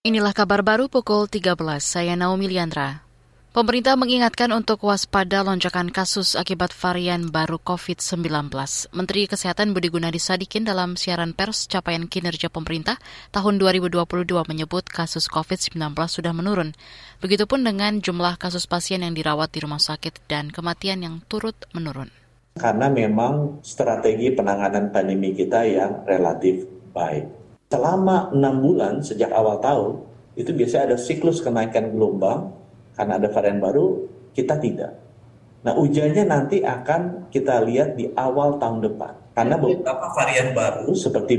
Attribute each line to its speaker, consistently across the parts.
Speaker 1: Inilah kabar baru pukul 13, saya Naomi Liandra. Pemerintah mengingatkan untuk waspada lonjakan kasus akibat varian baru COVID-19. Menteri Kesehatan Budi Gunadi Sadikin dalam siaran pers capaian kinerja pemerintah tahun 2022 menyebut kasus COVID-19 sudah menurun. Begitupun dengan jumlah kasus pasien yang dirawat di rumah sakit dan kematian yang turut menurun.
Speaker 2: Karena memang strategi penanganan pandemi kita yang relatif baik. Selama 6 bulan sejak awal tahun, itu biasanya ada siklus kenaikan gelombang, karena ada varian baru, kita tidak. Nah, ujiannya nanti akan kita lihat di awal tahun depan. Karena beberapa varian baru seperti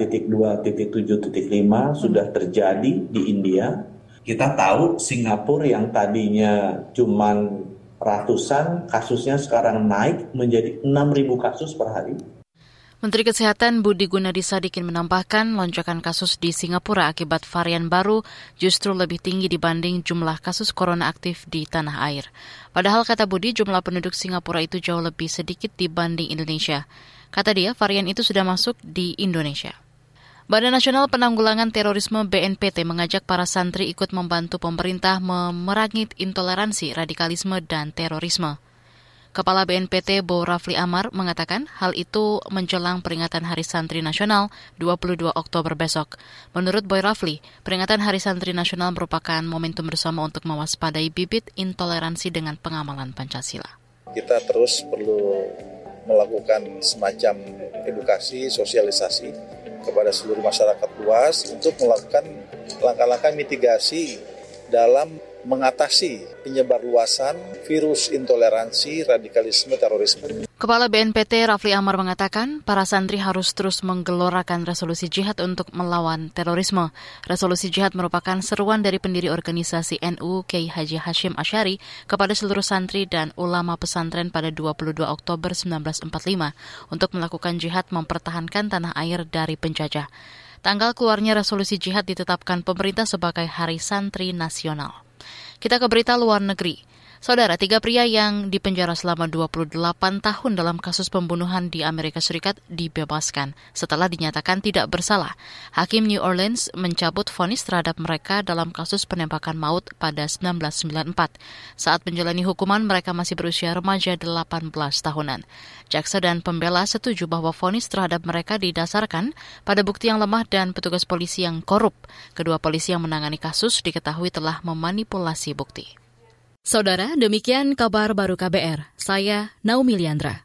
Speaker 2: BA.2.7.5 sudah terjadi di India. Kita tahu Singapura yang tadinya cuman ratusan, kasusnya sekarang naik menjadi 6.000 kasus per hari.
Speaker 1: Menteri Kesehatan Budi Gunadi Sadikin menambahkan lonjakan kasus di Singapura akibat varian baru justru lebih tinggi dibanding jumlah kasus corona aktif di tanah air. Padahal kata Budi, jumlah penduduk Singapura itu jauh lebih sedikit dibanding Indonesia. Kata dia, varian itu sudah masuk di Indonesia. Badan Nasional Penanggulangan Terorisme BNPT mengajak para santri ikut membantu pemerintah memerangi intoleransi, radikalisme, dan terorisme. Kepala BNPT Bo Rafli Amar mengatakan hal itu menjelang peringatan Hari Santri Nasional 22 Oktober besok. Menurut Boy Rafli, peringatan Hari Santri Nasional merupakan momentum bersama untuk mewaspadai bibit intoleransi dengan pengamalan Pancasila.
Speaker 3: Kita terus perlu melakukan semacam edukasi, sosialisasi kepada seluruh masyarakat luas untuk melakukan langkah-langkah mitigasi dalam mengatasi penyebarluasan virus intoleransi, radikalisme, terorisme.
Speaker 1: Kepala BNPT Rafli Amar mengatakan para santri harus terus menggelorakan resolusi jihad untuk melawan terorisme. Resolusi jihad merupakan seruan dari pendiri organisasi NU Kiai Haji Hashim Asy'ari kepada seluruh santri dan ulama pesantren pada 22 Oktober 1945 untuk melakukan jihad mempertahankan tanah air dari penjajah. Tanggal keluarnya resolusi jihad ditetapkan pemerintah sebagai Hari Santri Nasional. Kita ke berita luar negeri. Saudara, 3 pria yang dipenjara selama 28 tahun dalam kasus pembunuhan di Amerika Serikat dibebaskan setelah dinyatakan tidak bersalah. Hakim New Orleans mencabut vonis terhadap mereka dalam kasus penembakan maut pada 1994. Saat menjalani hukuman, mereka masih berusia remaja 18 tahunan. Jaksa dan pembela setuju bahwa vonis terhadap mereka didasarkan pada bukti yang lemah dan petugas polisi yang korup. Kedua polisi yang menangani kasus diketahui telah memanipulasi bukti. Saudara, demikian kabar baru KBR. Saya Naomi Liandra.